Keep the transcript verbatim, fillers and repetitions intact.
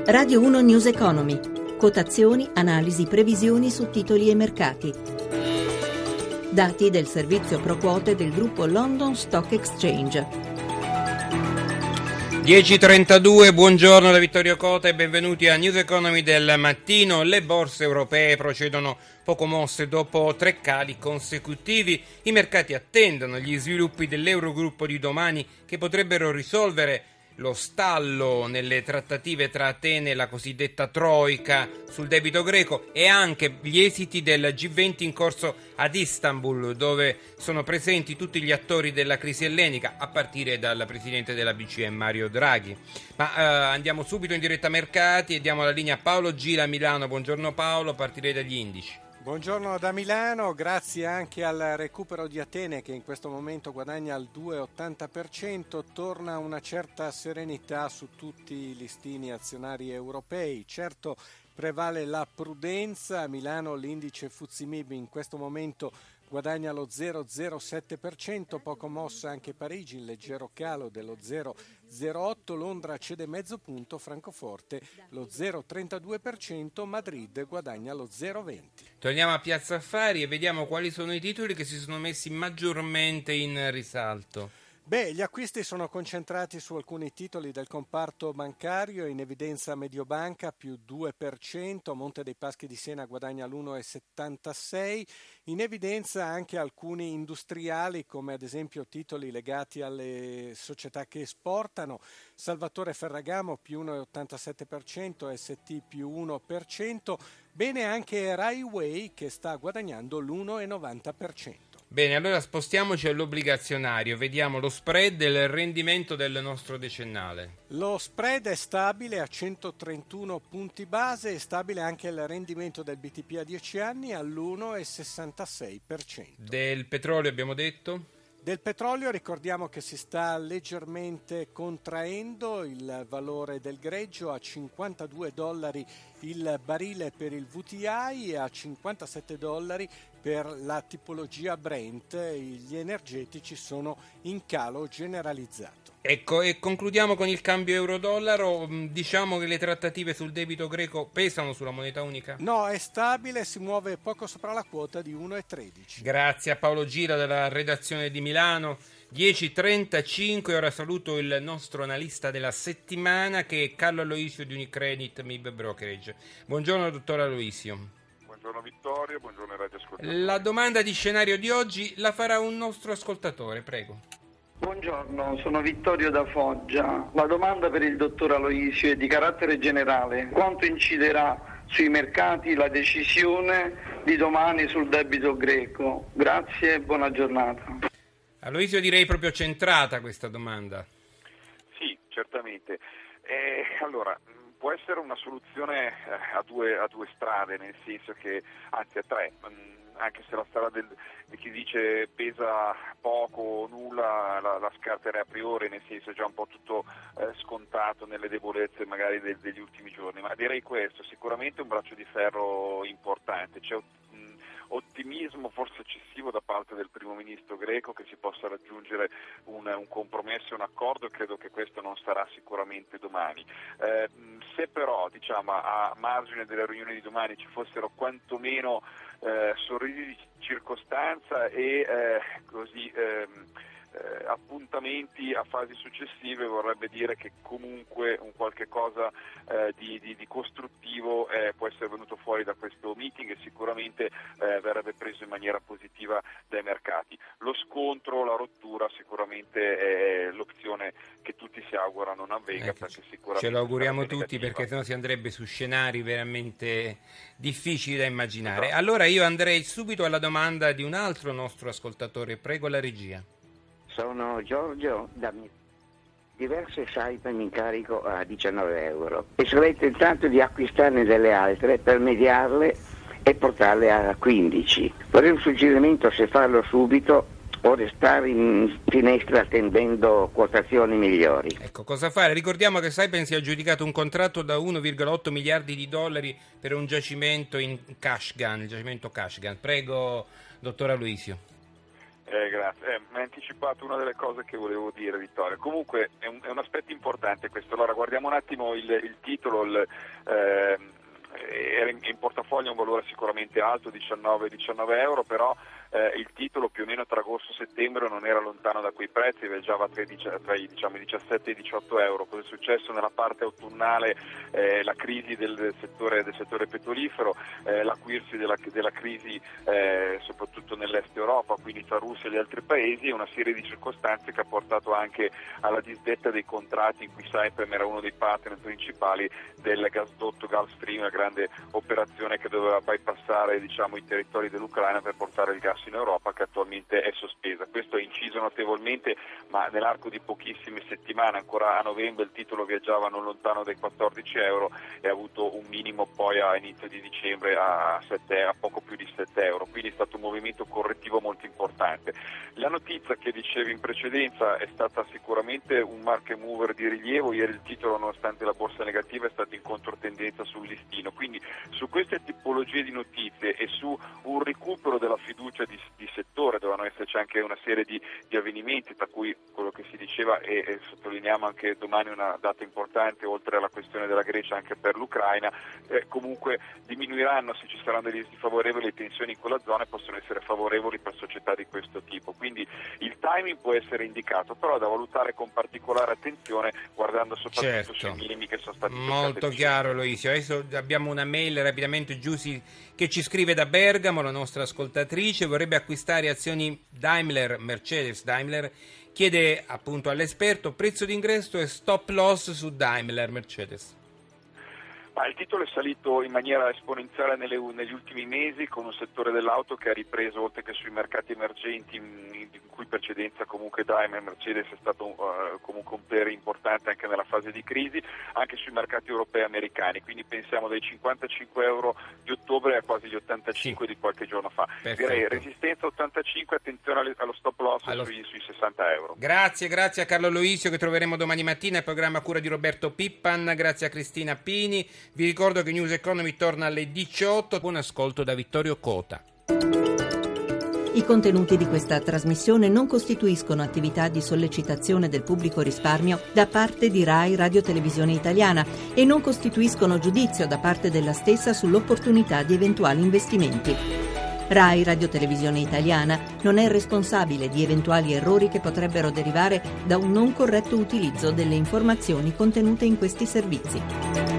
Radio uno News Economy. Quotazioni, analisi, previsioni su titoli e mercati. Dati del servizio pro quote del gruppo London Stock Exchange. dieci e trentadue, buongiorno da Vittorio Cota e benvenuti a News Economy del mattino. Le borse europee procedono poco mosse dopo tre cali consecutivi. I mercati attendono gli sviluppi dell'Eurogruppo di domani che potrebbero risolvere lo stallo nelle trattative tra Atene e la cosiddetta Troika sul debito greco e anche gli esiti del G venti in corso ad Istanbul, dove sono presenti tutti gli attori della crisi ellenica, a partire dal presidente della B C E Mario Draghi. Ma eh, andiamo subito in diretta mercati e diamo la linea a Paolo Gila a Milano. Buongiorno Paolo, partirei dagli indici. Buongiorno da Milano, grazie anche al recupero di Atene che in questo momento guadagna il due virgola ottanta per cento, torna una certa serenità su tutti i listini azionari europei. Certo prevale la prudenza, a Milano l'indice Fuzzi Mib in questo momento guadagna lo zero virgola zero sette per cento, poco mossa anche Parigi, in leggero calo dello zero virgola zero otto, Londra cede mezzo punto, Francoforte lo zero virgola trentadue per cento, Madrid guadagna lo zero virgola venti. Torniamo a Piazza Affari e vediamo quali sono i titoli che si sono messi maggiormente in risalto. Beh, gli acquisti sono concentrati su alcuni titoli del comparto bancario, in evidenza Mediobanca più due per cento, Monte dei Paschi di Siena guadagna l'uno virgola settantasei, in evidenza anche alcuni industriali come ad esempio titoli legati alle società che esportano, Salvatore Ferragamo più uno virgola ottantasette per cento, S T più uno per cento, bene anche Rai Way che sta guadagnando l'uno virgola novanta per cento. Bene, allora spostiamoci all'obbligazionario, vediamo lo spread e il rendimento del nostro decennale. Lo spread è stabile a centotrentuno punti base, è stabile anche il rendimento del B T P a dieci anni all'uno virgola sessantasei per cento. Del petrolio abbiamo detto? Del petrolio ricordiamo che si sta leggermente contraendo il valore del greggio a cinquantadue dollari il barile per il V T I e a cinquantasette dollari per la tipologia Brent. Gli energetici sono in calo generalizzato. Ecco, e concludiamo con il cambio euro-dollaro. Diciamo che le trattative sul debito greco pesano sulla moneta unica? No, è stabile, si muove poco sopra la quota di uno virgola tredici. Grazie a Paolo Gira della redazione di Milano. dieci e trentacinque, ora saluto il nostro analista della settimana che è Carlo Aloisio di Unicredit Mib Brokerage. Buongiorno dottor Aloisio. Buongiorno Vittorio, buongiorno Radio Ascoltatori. La domanda di scenario di oggi la farà un nostro ascoltatore, prego. Buongiorno, sono Vittorio da Foggia. La domanda per il dottor Aloisio è di carattere generale. Quanto inciderà sui mercati la decisione di domani sul debito greco? Grazie e buona giornata. Aloisio, direi proprio centrata questa domanda. Sì, certamente. Eh, allora, può essere una soluzione a due, a due strade, nel senso che, anzi a tre, anche se la strada del, di chi dice pesa poco o nulla la, la scarterei a priori, nel senso è già un po' tutto eh, scontato nelle debolezze magari de, degli ultimi giorni, ma direi questo, sicuramente un braccio di ferro importante. C'è mh, ottimismo forse eccessivo da parte del primo ministro greco che si possa raggiungere un, un compromesso, un accordo, e credo che questo non sarà sicuramente domani. Eh, se però diciamo a margine della riunione di domani ci fossero quantomeno eh, sorrisi di circostanza e eh, così ehm, eh, appuntamenti a fasi successive, vorrebbe dire che comunque un qualche cosa eh, di, di, di costruttivo eh, può essere venuto fuori da questo meeting e sicuramente eh, verrebbe preso in maniera positiva dai mercati. Lo scontro, la rottura sicuramente è l'opzione che tutti si augurano non avvenga, ecco, perché sicuramente ce lo auguriamo tutti negativa. Perché sennò si andrebbe su scenari veramente difficili da immaginare. Esatto. Allora io andrei subito alla domanda di un altro nostro ascoltatore, prego la regia. Sono Giorgio da diverse site mi incarico a diciannove euro e sarei tentato di acquistarne delle altre per mediarle e portarle a quindici. Vorrei un suggerimento se farlo subito o restare in finestra attendendo quotazioni migliori. Ecco, cosa fare? Ricordiamo che Saipem si è aggiudicato un contratto da uno virgola otto miliardi di dollari per un giacimento in Kashagan, il giacimento Kashagan. Prego, dottor Aloisio. Eh, grazie, eh, mi hai anticipato una delle cose che volevo dire, Vittorio. Comunque è un, è un aspetto importante questo. Allora guardiamo un attimo il, il titolo. Il, eh, era in, in portafoglio un valore sicuramente alto, diciannove euro, però eh, il titolo più o meno tra agosto e settembre non era lontano da quei prezzi, viaggiava tra i, tra i diciamo, diciassette e i diciotto euro. Cosa è successo nella parte autunnale? Eh, la crisi del, del, settore, del settore petrolifero, eh, l'acuirsi della, della crisi eh, soprattutto nell'est Europa, quindi tra Russia e gli altri paesi, e una serie di circostanze che ha portato anche alla disdetta dei contratti in cui Saipem era uno dei partner principali del gasdotto Gulf Stream, una grande operazione che doveva bypassare diciamo, i territori dell'Ucraina per portare il gas in Europa, che attualmente è sospesa. Questo ha inciso notevolmente, ma nell'arco di pochissime settimane, ancora a novembre il titolo viaggiava non lontano dai quattordici euro e ha avuto un minimo poi a inizio di dicembre a, sette, a poco più di sette euro, quindi è stato un movimento correttivo molto importante. La notizia che dicevi in precedenza è stata sicuramente un market mover di rilievo. Ieri il titolo, nonostante la borsa negativa, è stato in controtendenza sul listino, quindi su queste tipologie di notizie e su un recupero della fiducia di, di settore dovevano esserci anche una serie di, di avvenimenti, tra cui quello che si diceva e, e sottolineiamo anche domani una data importante oltre alla questione della Grecia anche per l'Ucraina. Eh, comunque diminuiranno, se ci saranno degli esiti favorevoli, le tensioni in quella zona possono essere favorevoli per società di questo tipo, quindi il timing può essere indicato, però da valutare con particolare attenzione guardando soprattutto certo. sui minimi che sono stati molto chiaro. Eloisio, adesso abbiamo una mail rapidamente, Giussi, che ci scrive da Bergamo, la nostra ascoltatrice vorrebbe acquistare azioni Daimler, Mercedes Daimler, chiede appunto all'esperto prezzo d'ingresso e stop loss su Daimler Mercedes. Ma il titolo è salito in maniera esponenziale nelle, negli ultimi mesi, con un settore dell'auto che ha ripreso, oltre che sui mercati emergenti in, in cui precedenza comunque Daimler Mercedes è stato uh, comunque un player importante anche nella fase di crisi, anche sui mercati europei e americani, quindi pensiamo dai cinquantacinque euro di ottobre a quasi gli ottantacinque sì. di qualche giorno fa. Perfetto. Direi resistenza ottantacinque, attenzione allo stop loss allo... Sui, sui sessanta euro. Grazie, grazie a Carlo Aloisio, che troveremo domani mattina, il programma a cura di Roberto Pippan, grazie a Cristina Pini. Vi ricordo che News Economy torna alle diciotto. Buon ascolto da Vittorio Cota. I contenuti di questa trasmissione non costituiscono attività di sollecitazione del pubblico risparmio da parte di Rai Radio Televisione Italiana e non costituiscono giudizio da parte della stessa sull'opportunità di eventuali investimenti. Rai Radio Televisione Italiana non è responsabile di eventuali errori che potrebbero derivare da un non corretto utilizzo delle informazioni contenute in questi servizi.